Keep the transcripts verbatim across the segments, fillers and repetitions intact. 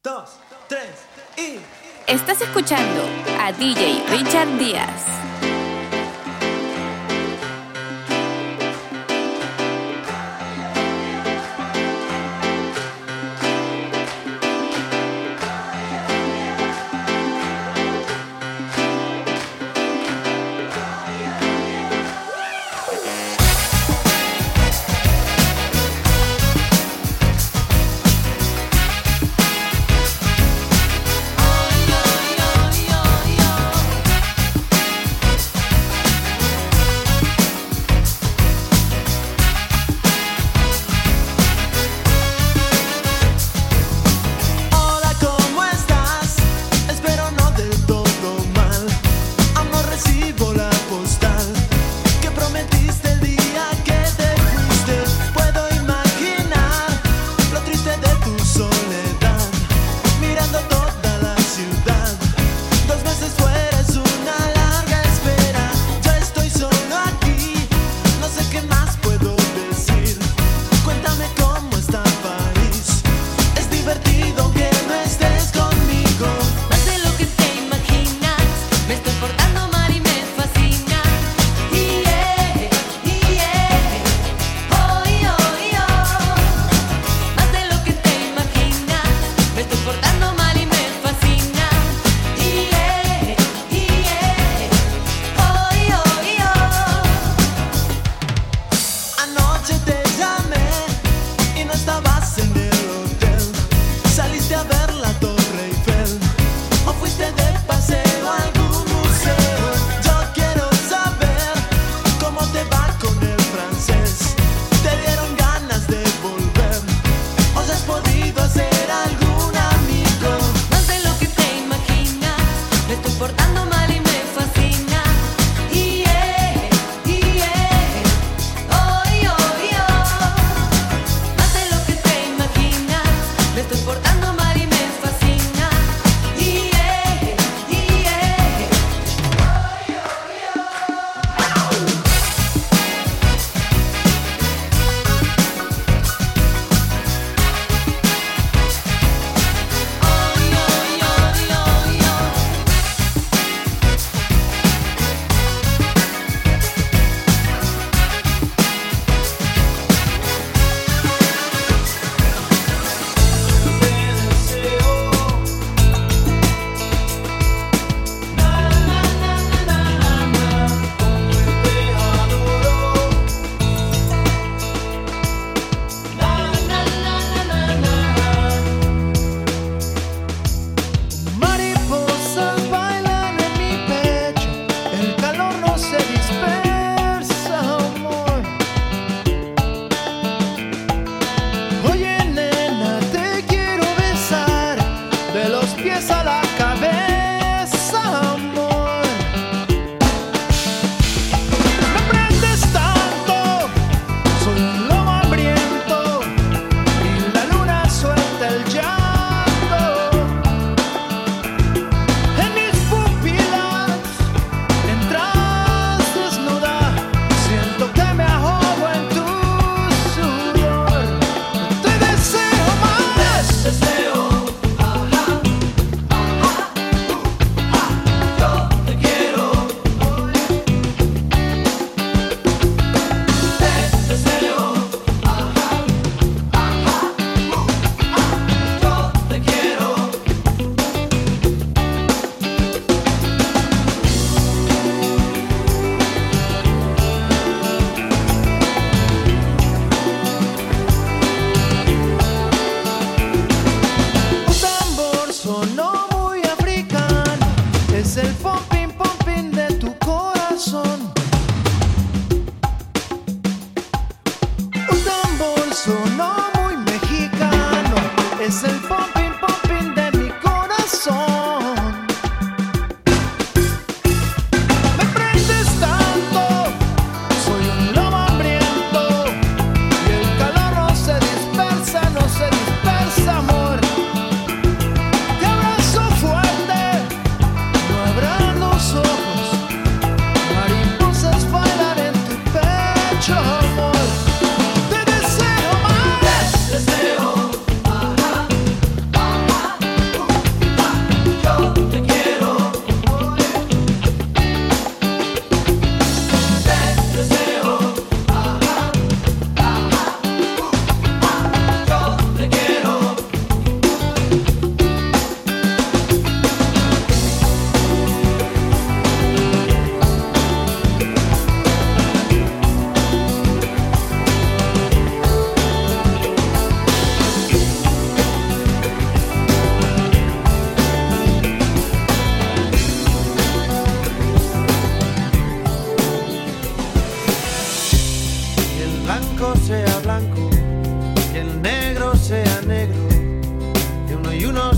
dos, tres y... Estás escuchando a D J Richard Díaz.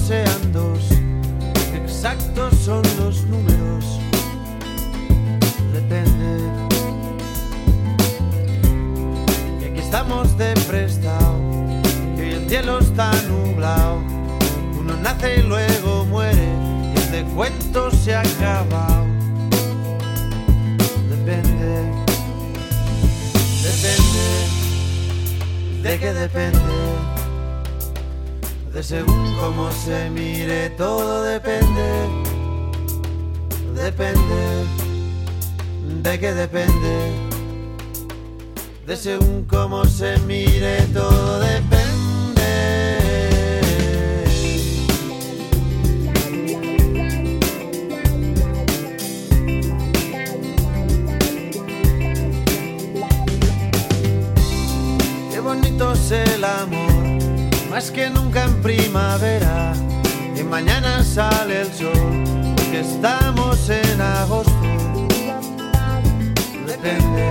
sean dos, qué exactos son los números. Depende. Que aquí estamos de prestado, que el cielo está nublado. Uno nace y luego muere, y este cuento se ha acabado. Depende, depende, de qué depende, de según cómo se mire, todo depende, depende, de qué depende, de según cómo se mire, todo depende. Bonito es el amor, más que nunca en primavera, y mañana sale el sol, porque estamos en agosto. Depende.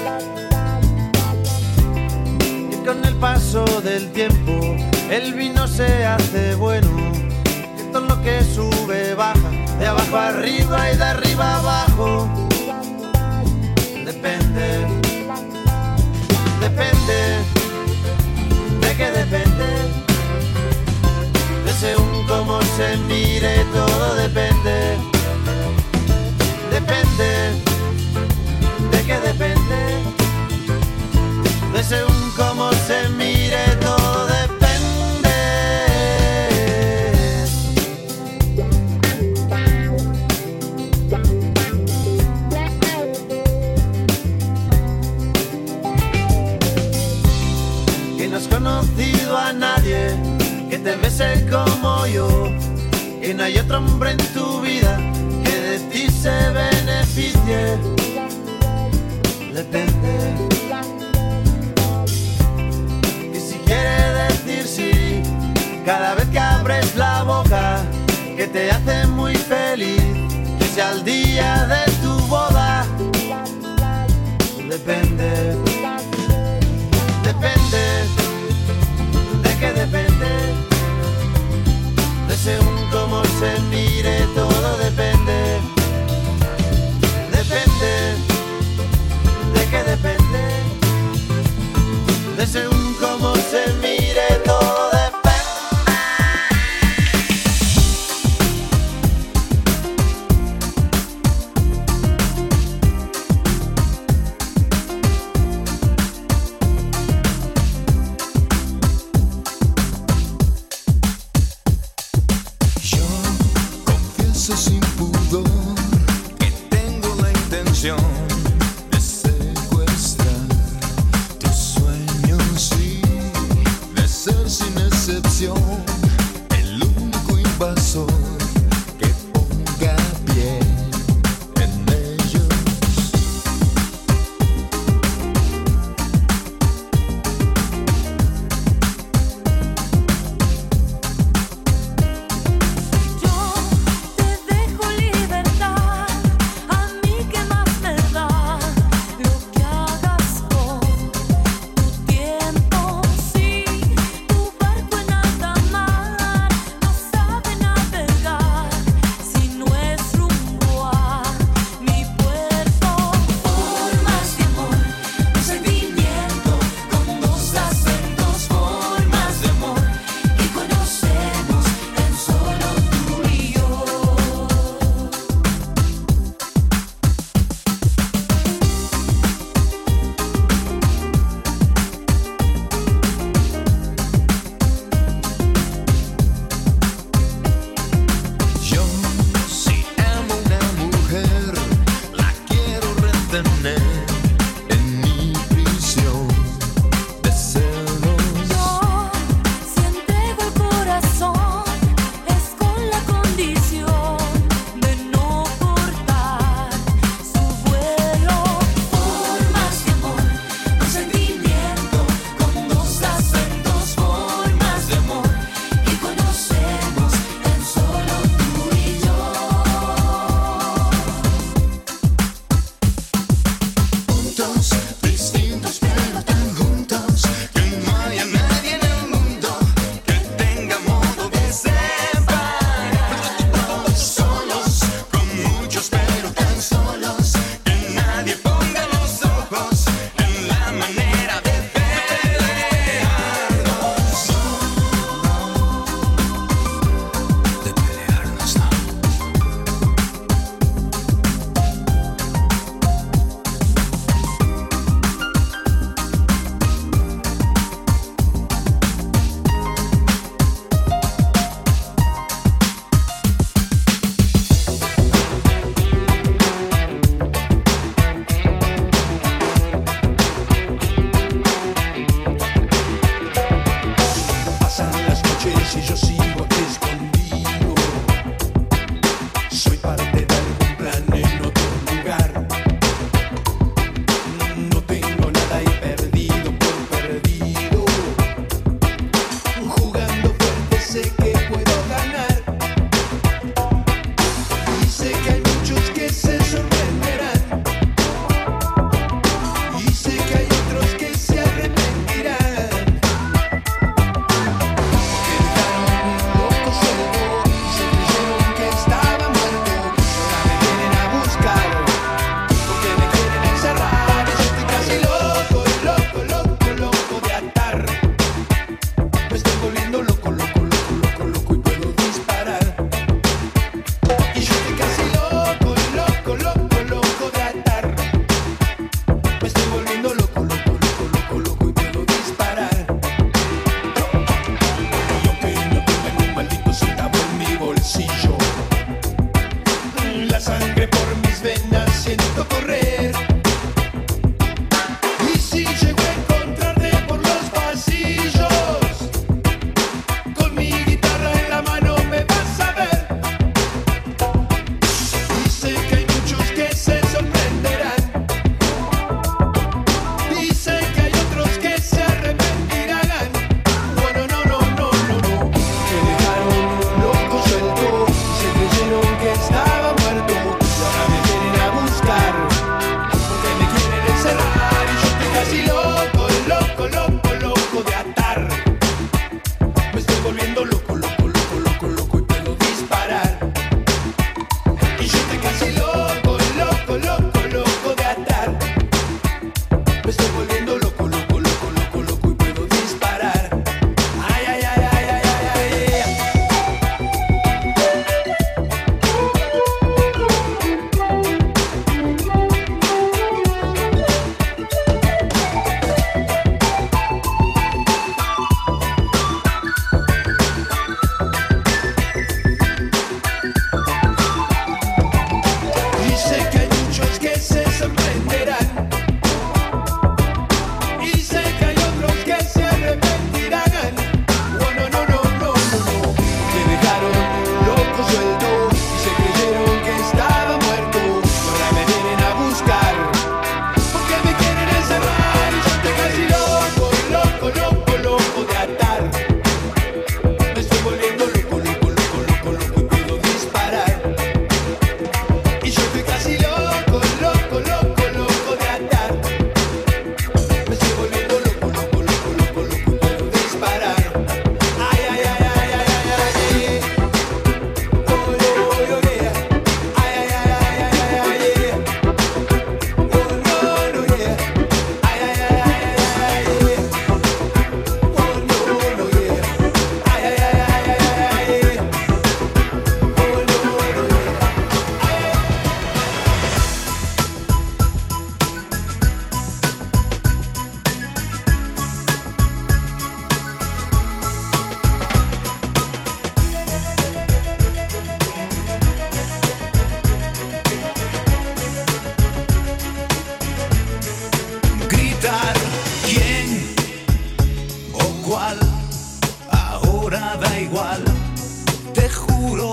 Y con el paso del tiempo, el vino se hace bueno, que todo lo que sube baja, de abajo arriba y de arriba abajo. Depende. Depende. ¿De qué depende? De según cómo se mire, todo depende. Depende. ¿De qué depende? De según cómo se mire, todo depende. Conocido a nadie que te bese como yo, que no hay otro hombre en tu vida que de ti se beneficie. Depende. Y si quiere decir sí cada vez que abres la boca, que te hace muy feliz, que sea el día de tu boda. Depende. Depende. Que depende, de según cómo se mire, todo depende. Depende, de qué depende, de según cómo se mire, todo depende. Sin pudor, que tengo la intención de secuestrar tus sueños y de ser sin excepción el único invasor que ponga pie en ellos. Yo te dejo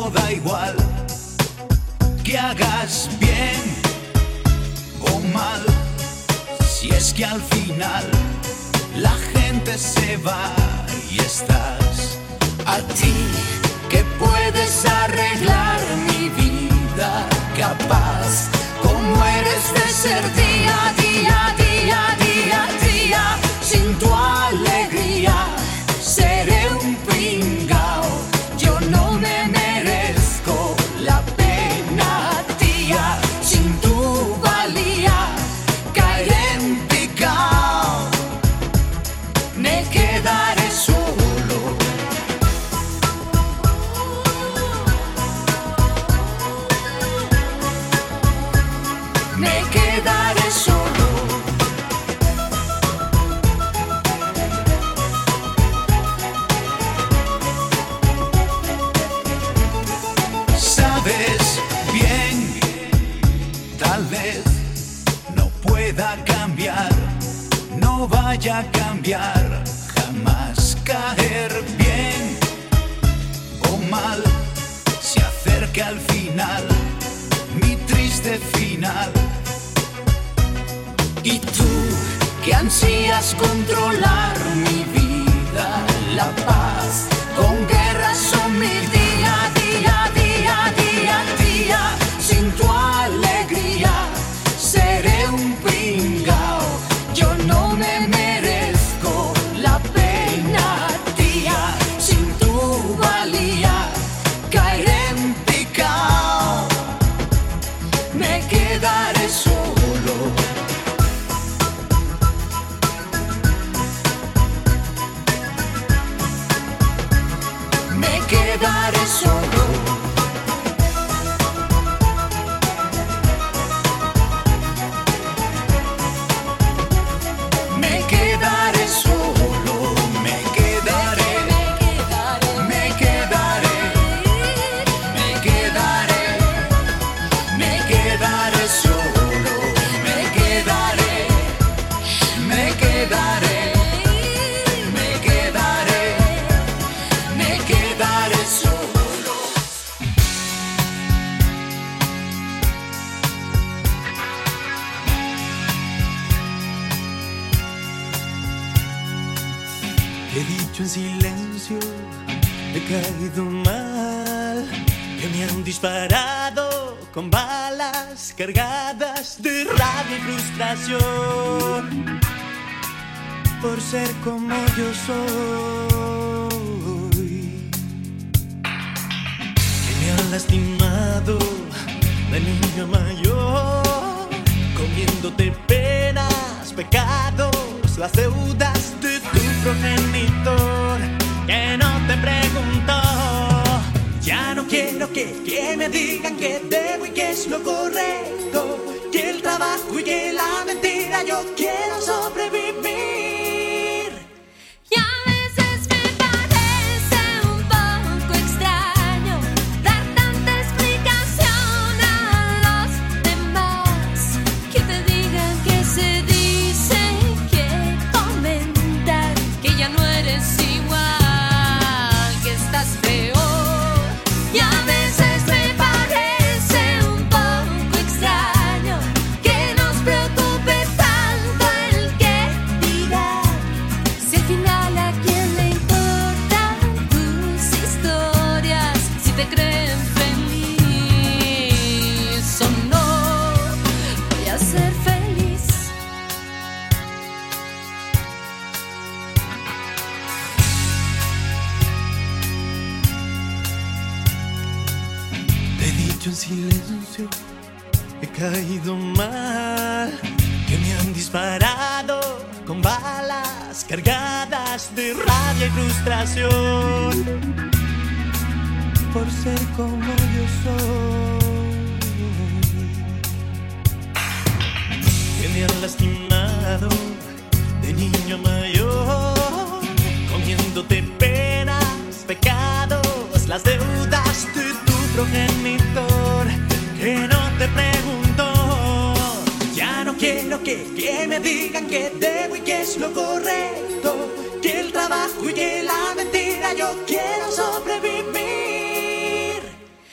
no da igual que hagas bien o mal, si es que al final la gente se va y estás a ti, que puedes arreglar mi vida, capaz como eres de ser día, día, día, día, día, sin tu alegría seré un pringao, yo no me merezco la pena, tía, sin tu valía caeré en picao, me quedaré solo. Me quedaré solo. Sabes bien, tal vez no pueda cambiar, no vaya a cambiar, jamás caer bien o mal, se acerca al final, mi triste final. Y tú, que ansías controlar mi vida, la paz, con guerras son mi día, día, día, día, día, sin tu alegría seré un pringao, yo no me merezco la pena, tía, sin tu valía caeré en picao, me quedaré solo. Me quedaré solo. Me quedaré solo. Me quedaré. Me quedaré. Me quedaré. Me quedaré solo. Me quedaré. Me quedaré. Me quedaré. Me quedaré solo. He dicho en silencio, he caído mal, que me han disparado con balas cargadas de rabia y frustración, por ser como yo soy, que me han lastimado de niño a mayor, comiéndote penas, pecados, las deudas de tu progenitor, que no te preguntó. Ya no quiero que, que me digan que debo y que es lo correcto, que el trabajo y que la mentira, yo quiero sobrevivir. Y a veces me parece un poco extraño dar tanta explicación a los demás, que te digan que se dice, que comentar que ya no eres igual, que estás peor. Y a veces me parece un poco extraño que nos preocupe tanto el que dirá, si al final a quién le importan tus historias, si te creen feliz o no, voy a ser feliz. He dicho en silencio, he caído mal, que me han disparado con balas cargadas de rabia y frustración, por ser como yo soy, que me han lastimado de niño a mayor, comiéndote penas, pecados, las deudas de tu progenitor, que no te preguntó. Ya no quiero que, que me digan que debo y que es lo correcto, que el trabajo y que la mentira, yo quiero sobrevivir.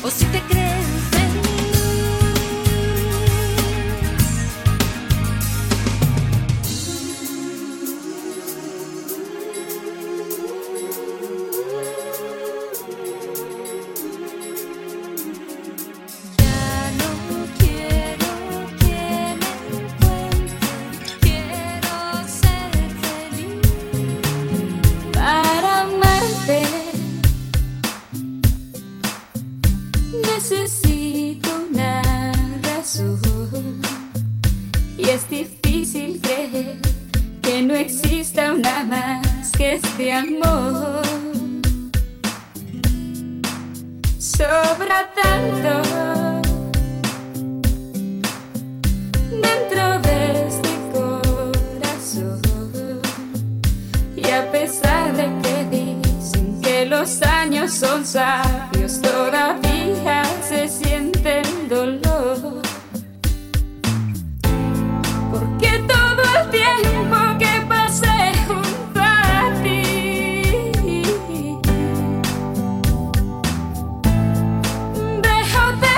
o si te crees feliz. Ya no quiero que me encuentres, quiero ser feliz. Para amarte necesito una razón, y es difícil creer que no exista una más que este amor. Sobra tanto dentro de este corazón, y a pesar de que dicen que los años son sabios, todavía se siente el dolor. Porque todo el tiempo que pasé junto a ti, dejo de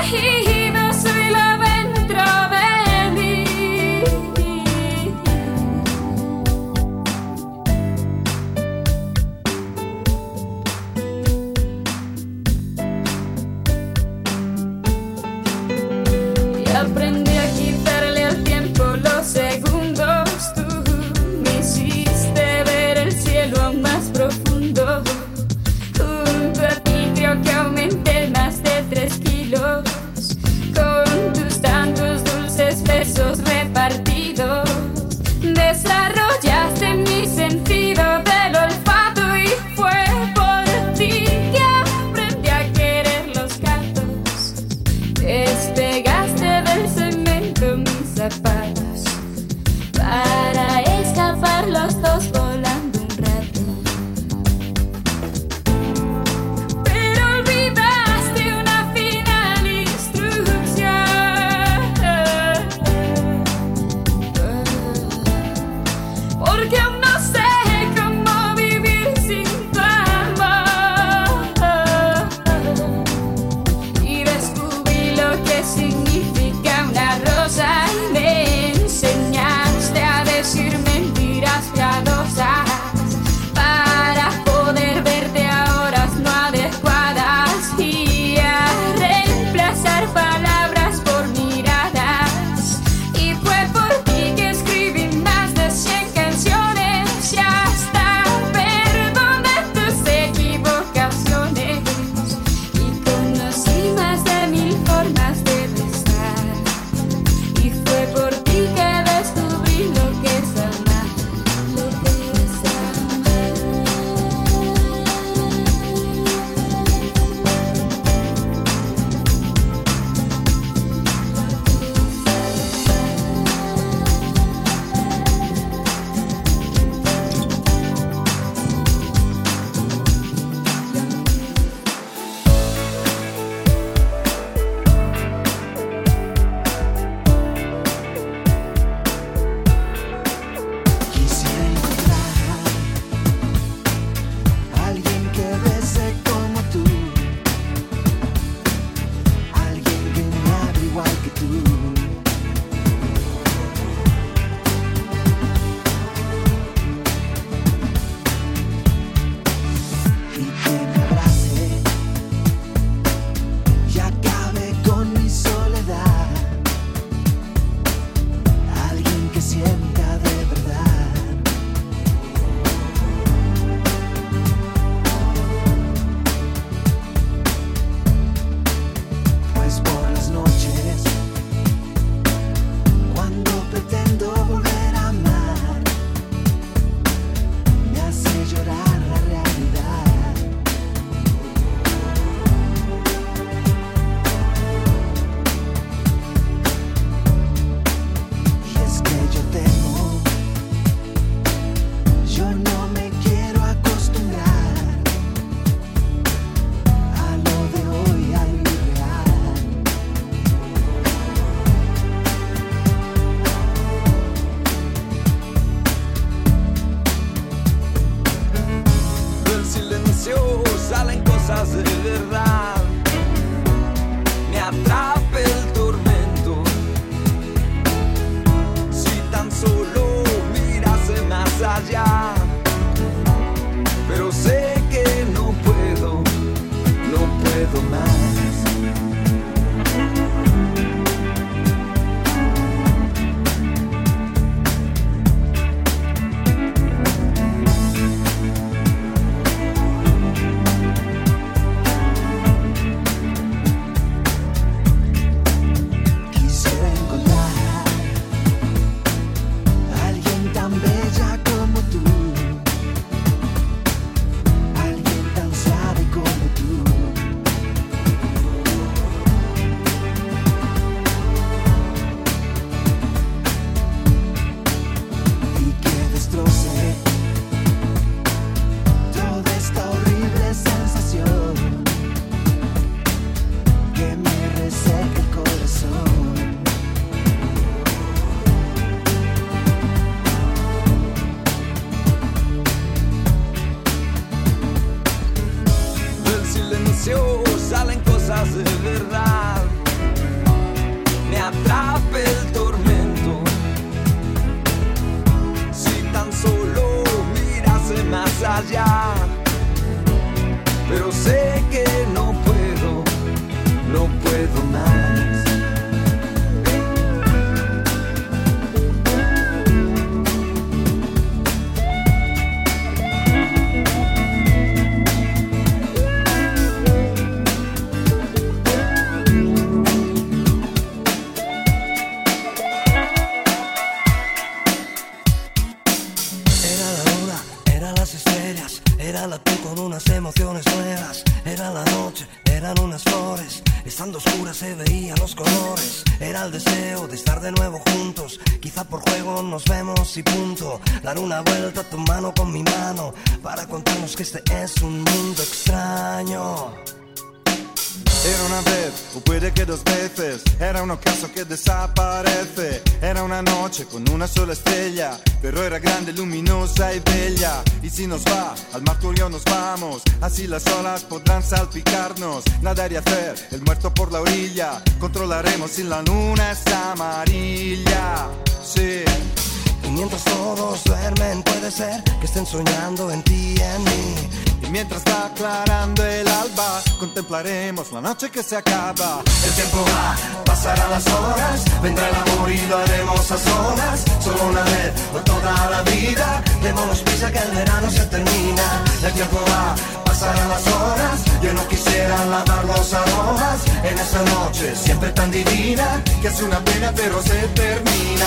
flores. Estando oscura se veían los colores. Era el deseo de estar de nuevo juntos. Quizá por juego nos vemos y punto. Dar una vuelta a tu mano con mi mano para contarnos que este es un mundo extraño. Era una vez, o puede que dos veces, era un ocaso que desaparece. Era una noche con una sola estrella, pero era grande, luminosa y bella. Y si nos va, al mar tú y yo nos vamos, así las olas podrán salpicarnos. Nadar y hacer el muerto por la orilla, controlaremos si la luna está amarilla. Sí. Y mientras todos duermen puede ser que estén soñando en ti y en mí. Y mientras va aclarando el alba, contemplaremos la noche que se acaba. El tiempo va, pasarán las horas, vendrá el amor y lo haremos a solas. Solo una vez por toda la vida, démonos prisa que el verano se termina. El tiempo va, pasarán las horas, yo no quisiera lavar los aromas en esta noche siempre tan divina, que es una pena pero se termina.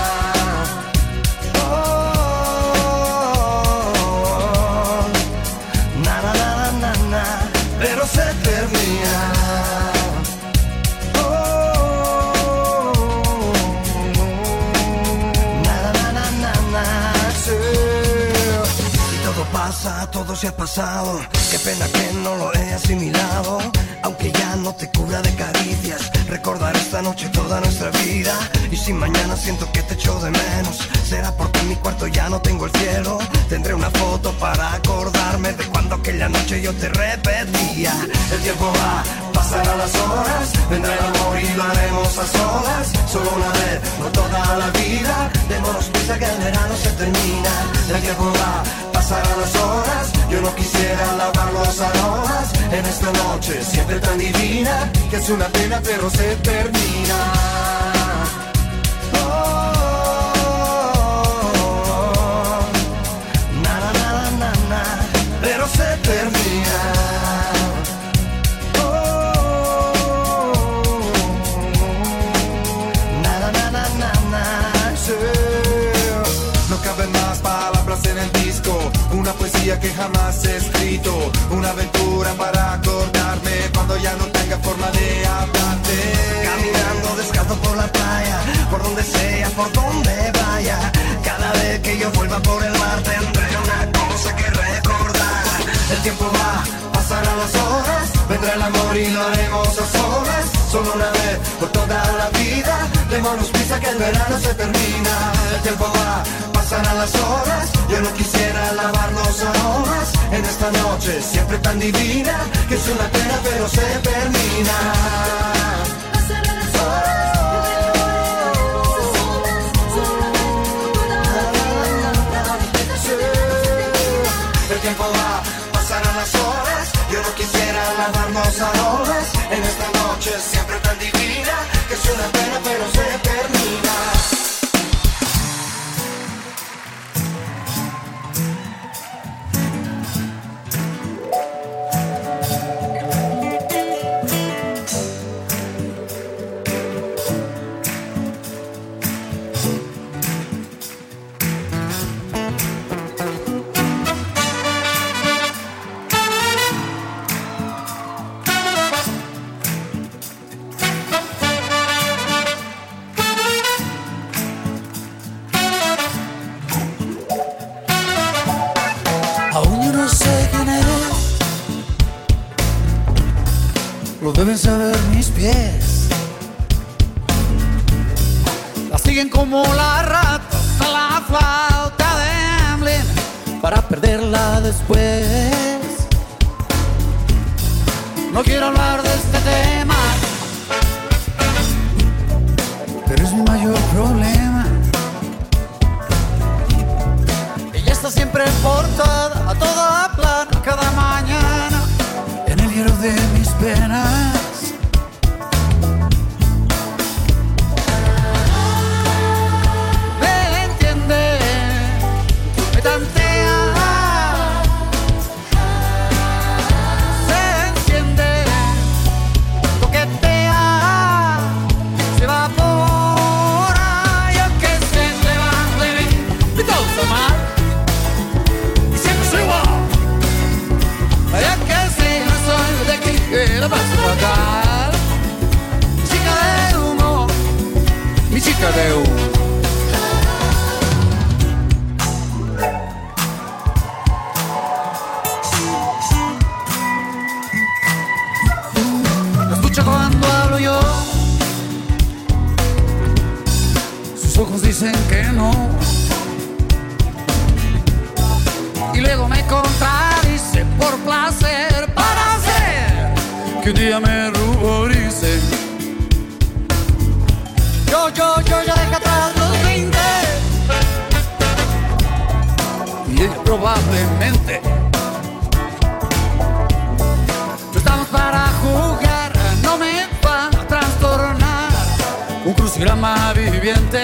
Pero se termina. Oh, na, na, na, na, na, sí. Y todo pasa, todo se ha pasado. Qué pena que no lo he asimilado. Aunque ya no te cubra de caricias, recordar esta noche toda nuestra vida. Y si mañana siento que te echo de menos, será porque en mi cuarto ya no tengo el cielo. Tendré una foto para acordarme de cuando aquella noche yo te repetía. El tiempo va, pasarán las horas, vendrá el amor y lo haremos a solas. Solo una vez, no toda la vida, démonos prisa que el verano se termina. El tiempo va, pasarán las horas, yo no quisiera lavar los aromas en esta noche siempre tan divina, que es una pena pero se termina. Oh, na, na, na, na, na, pero se termina. Oh, na, na, na, na, na, na, sí. No caben más palabras en el disco, una poesía que jamás he escrito, una aventura para acordarme cuando ya no tenga forma de hablarte. Caminando descalzo por la playa, por donde sea, por donde vaya. Cada vez que yo vuelva por el mar tendré una cosa que recordar. El tiempo va, pasarán las horas, vendrá el amor y lo haremos a solas. Solo una vez por toda la vida, démonos prisa que el verano se termina. El tiempo va, pasarán las horas, yo no quisiera lavar los aromas en esta noche siempre tan divina, que es una pena pero se termina. Pasarán las horas, el tiempo va, pasarán las horas, yo no quisiera lavar los aromas en esta noche siempre tan divina, que es una pena pero se termina. Lo deben saber mis pies. La siguen como la rata a la flauta de Hamlin para perderla después. No quiero hablar de este tema, pero es mi mayor problema. Ella está siempre portada, a toda plana, cada mañana en el hielo de mis penas. Me entiende, me tantea, se enciende chica de humo. La escucho cuando hablo yo, sus ojos dicen que no, y luego me contradice por placer, para hacer que un día me ruborice. Yo, yo, yo ya dejé atrás los veinte, y ella probablemente. No estamos para jugar, no me va a trastornar un crucigrama viviente.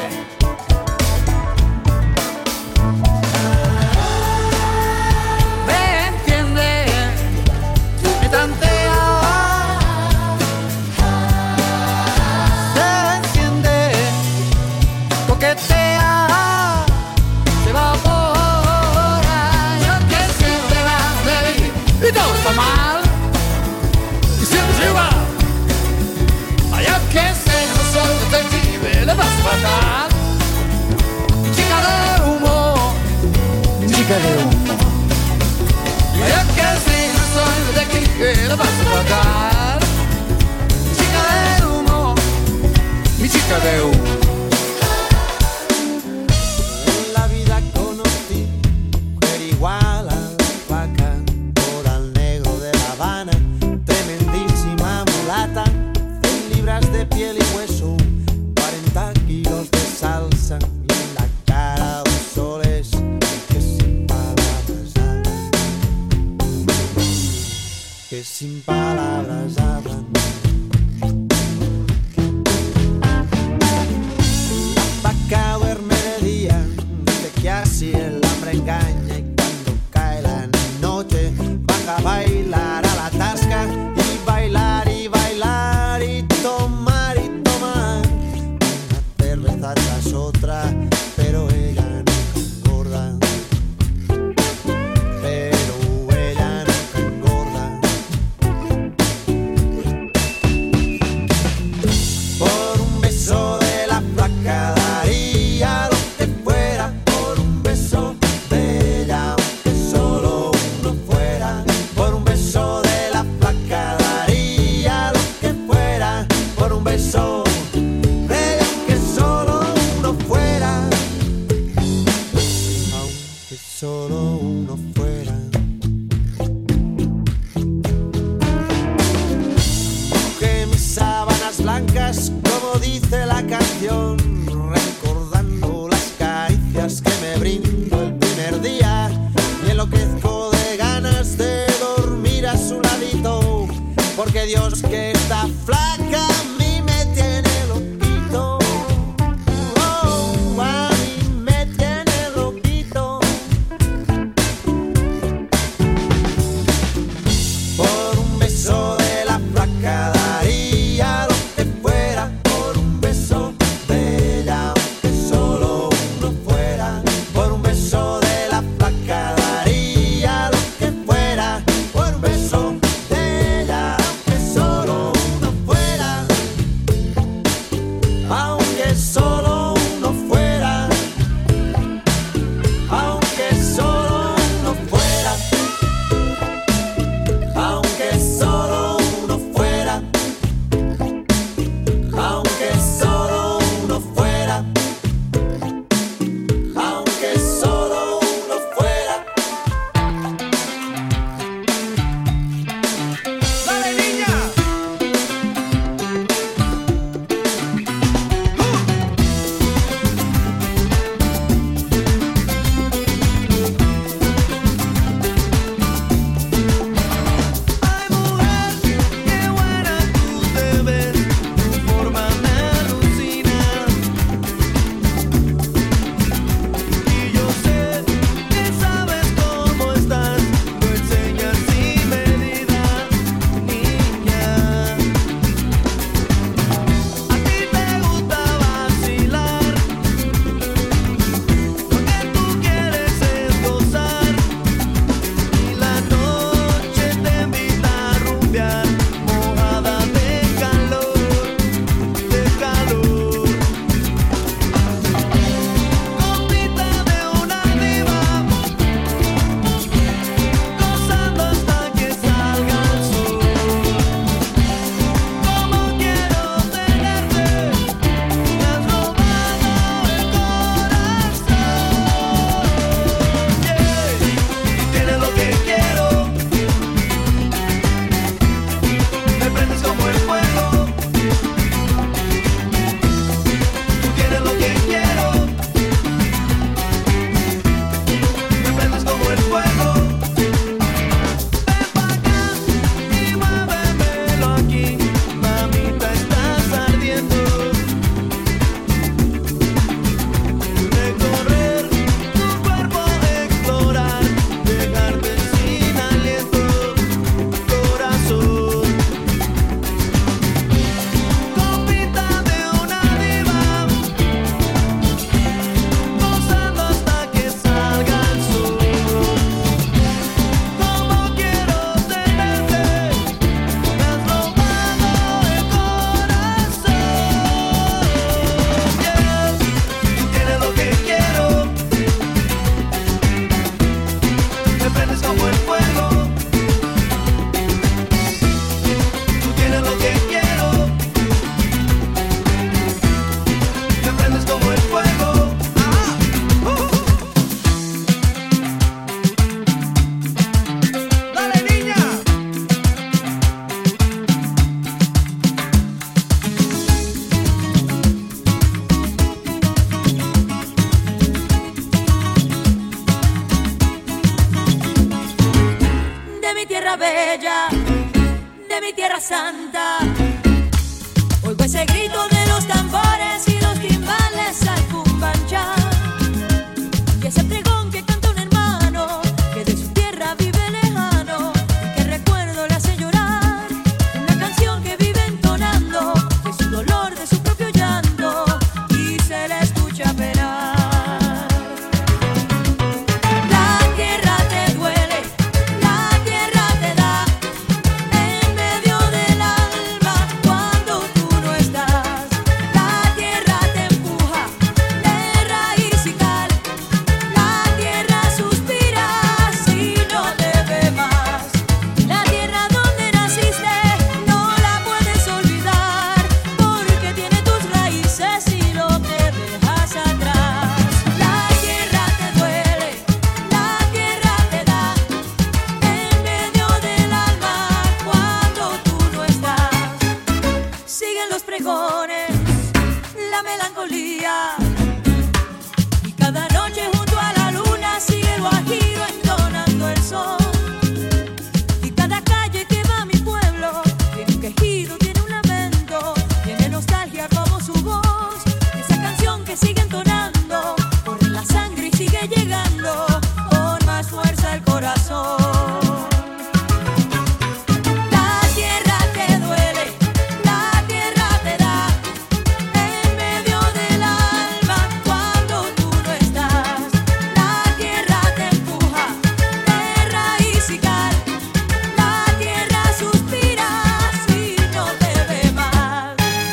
Me entiende, me tantea, se enciende, coquetea, se evapora, yo que siempre va a vivir y todo está mal, y siempre es igual. Allá que sé, no soy detective, le vas a matar. Mi chica de humo, mi chica de humo. Allá que sé, no soy detective, le vas a matar. Mi chica de humo, mi chica de humo. En la vida conocí mujer igual a la vaca, por al negro de La Habana, tremendísima mulata, cien libras de piel y hueso, cuarenta kilos de salsa, y en la cara dos soles que sin palabras hablan, que sin palabras hablan. La vaca duerme de día, dice que así el hambre engaña, y cuando cae la noche baja a bailar a la tasca, y bailar y bailar y tomar y tomar una cerveza tras otra, pero ella nunca engorda, pero ella nunca engorda. Por un beso de la flaca daría lo que fuera, por un beso de ella, aunque solo uno fuera. Por un beso de la flaca daría lo que fuera, por un beso de ella, aunque solo uno fuera, aunque solo uno fuera. Que mis sábanas blancas, como dice la canción, recordando las caricias que me brindo el primer día, y enloquezco de ganas de dormir a su ladito, porque Dios que está flaca a mí me tiene loquito. Oh, a mí me tiene loquito. Por un beso de la flaca daría lo que fuera, por un beso de ella, aunque solo uno fuera. Por un beso de la flaca daría lo que fuera, por un beso de ella, aunque solo uno fuera. Santa. Oigo ese grito de los tambores y los timbales al cumbanchá. Y ese pregón que canta un hermano que de su tierra vive lejano y que recuerdo le hace llorar. Una canción que vive entonando de su dolor, de su propio llanto y se le escucha penar. La tierra te duele, la tierra te da en medio del alma cuando tú no estás. La tierra te empuja de raíz y cal. La tierra suspira si no te ve más. La tierra donde naciste no la puedes olvidar porque tiene tus raíces y lo que dejas atrás. La tierra te duele, la tierra te da en medio del alma cuando tú no estás. Siguen los pregones, la melancolía y cada noche junto a la luna sigue el guajiro entonando el sol. Y cada calle que va a mi pueblo tiene un quejido, tiene un lamento, tiene nostalgia como su voz. Y esa canción que sigue entonando corre en la sangre y sigue llegando con más fuerza al corazón. La tierra te duele, la tierra te da en medio del alma cuando tú no estás. La tierra te empuja de raíz y cal. La tierra suspira si no te ve más.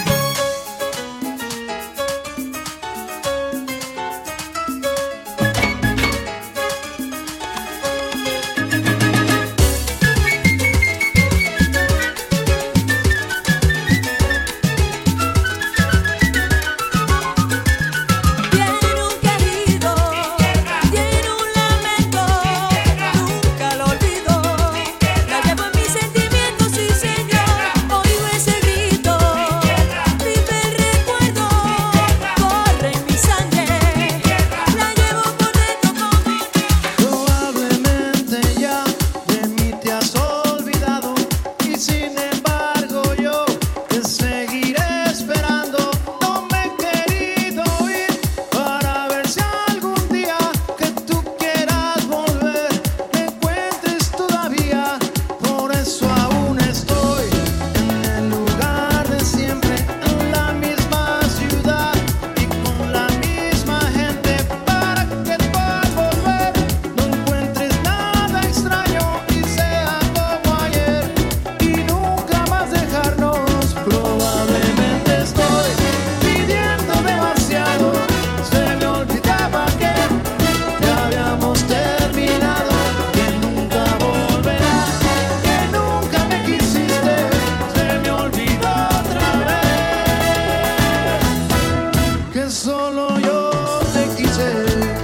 Tiene un querido, tiene un lamento, nunca lo olvido. La llevo en mis sentimientos, sí señor. Oigo ese grito, vive el recuerdo, corre en mi sangre. La llevo por dentro como Probablemente ya de mí te has olvidado y sin embargo yo te seguiré esperando. No me he querido ir para ver si algún día que tú quieras volver me encuentres todavía. Por eso aún estoy en el lugar de siempre, en la misma ciudad y con la misma gente, para que tú al volver no encuentres nada extraño y sea como ayer y nunca más dejarnos. Probablemente estoy pidiendo demasiado, se me olvidaba que ya habíamos terminado, que nunca volverás, que nunca me quisiste, se me olvidó otra vez, que solo yo te quise.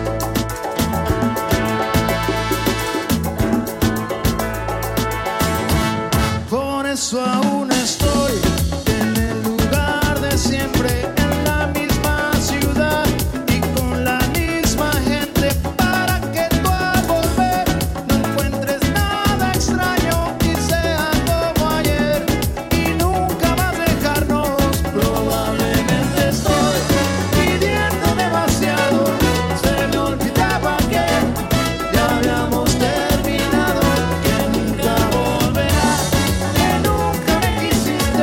Por eso aún estoy en el lugar de siempre, en la misma ciudad y con la misma gente, para que tú al volver no encuentres nada extraño y sea como ayer y nunca más dejarnos. Probablemente estoy pidiendo demasiado, se me olvidaba que ya habíamos terminado, que nunca volverás, que nunca me quisiste,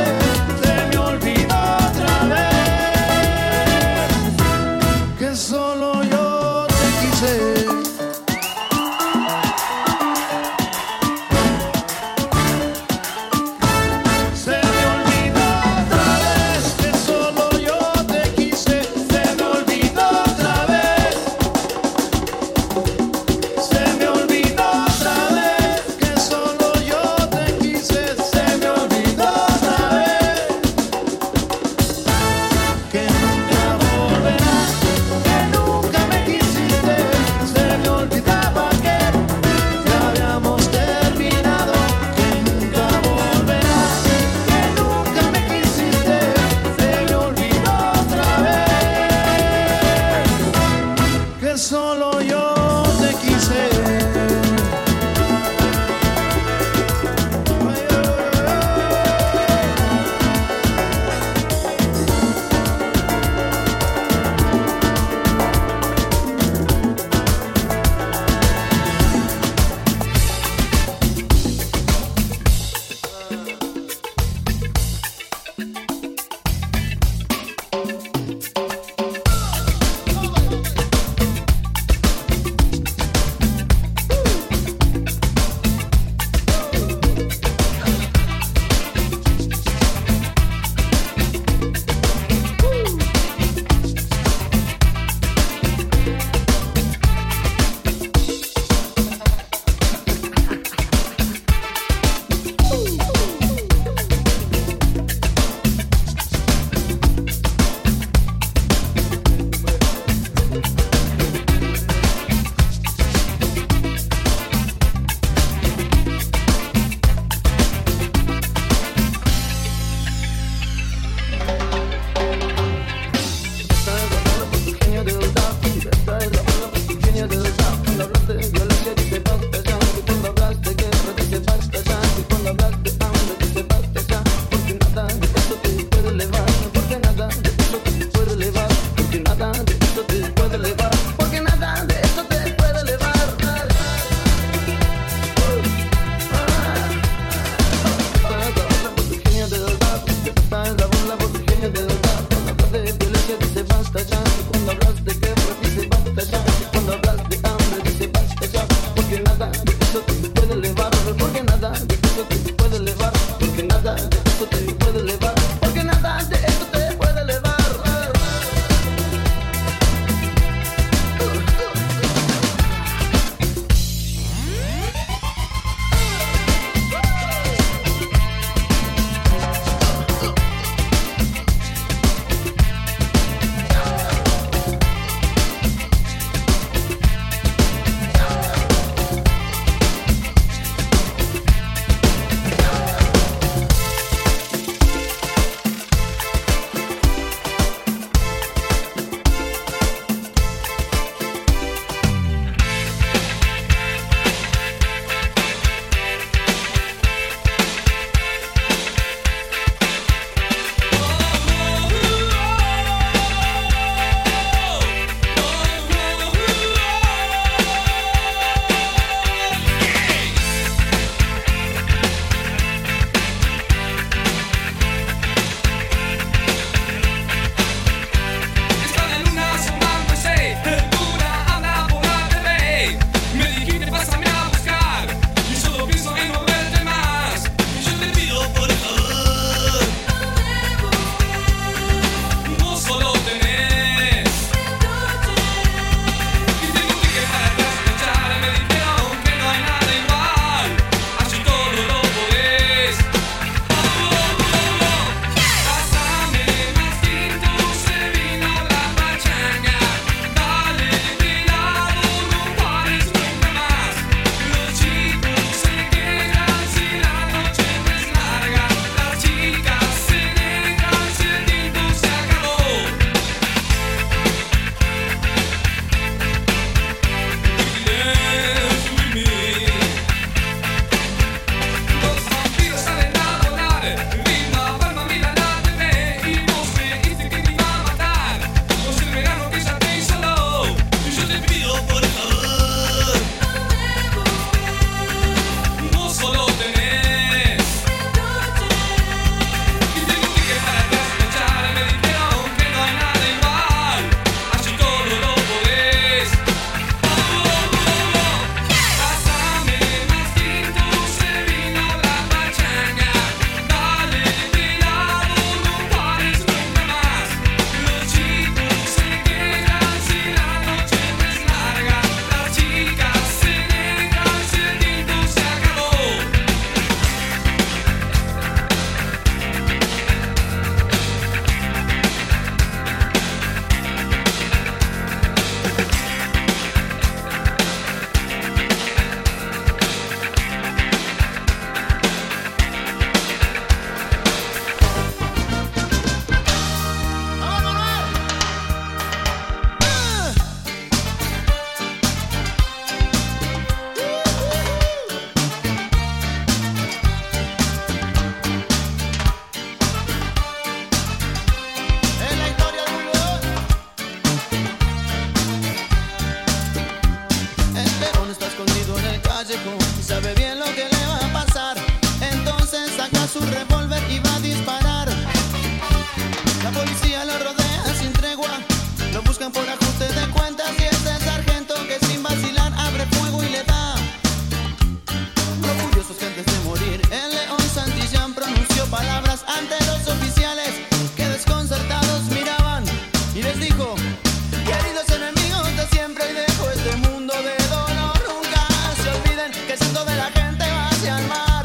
ante los oficiales que desconcertados miraban y les dijo: queridos enemigos de siempre y dejo este mundo de dolor, nunca se olviden que el santo de la gente va hacia el mar.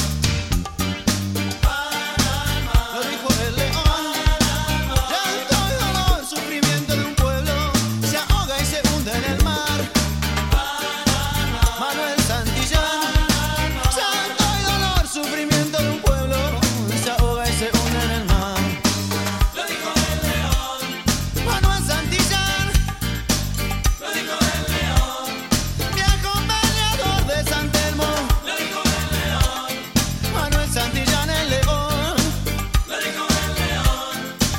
Lo dijo el león. Llanto y dolor, sufrimiento de un pueblo se ahoga y se hunde en el mar. Manuel Santillán. Llanto y dolor, sufrimiento de un pueblo se ahoga y se hunde en el mar. Lo dijo el león. Manuel Santillán. Lo dijo el león. Viejo peleador de San Telmo. Lo dijo el león. Manuel Santillán el león. Lo dijo el león.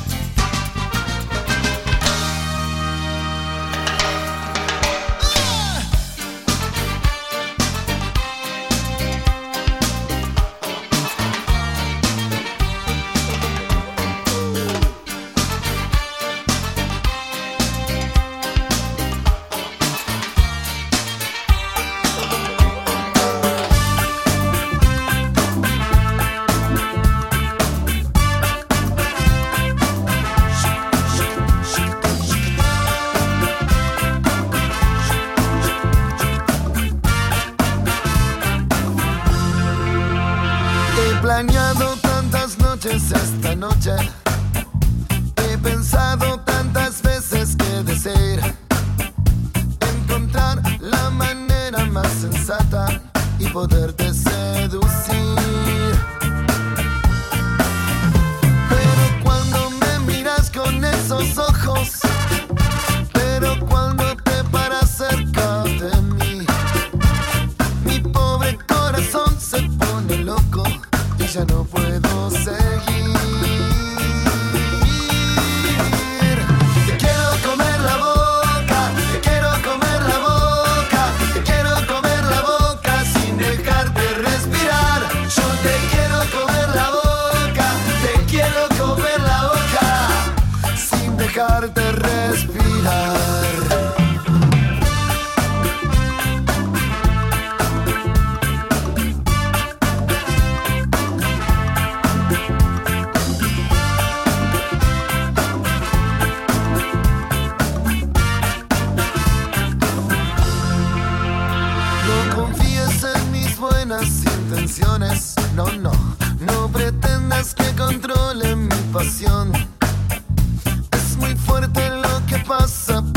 He planeado tantas noches esta noche. He pensado tantas veces que desear encontrar la manera más sensata y poderte seducir. Pero cuando me miras con esos ojos, pero cuando te paras cerca de mí, mi pobre corazón se pone loco y ya no puedo seguir. Te quiero comer la boca, te quiero comer la boca, te quiero comer la boca sin dejarte respirar. Yo te quiero comer la boca, te quiero comer la boca sin dejarte respirar. No confíes en mis buenas intenciones, no, no, no pretendas que controle mi pasión. Es muy fuerte lo que pasa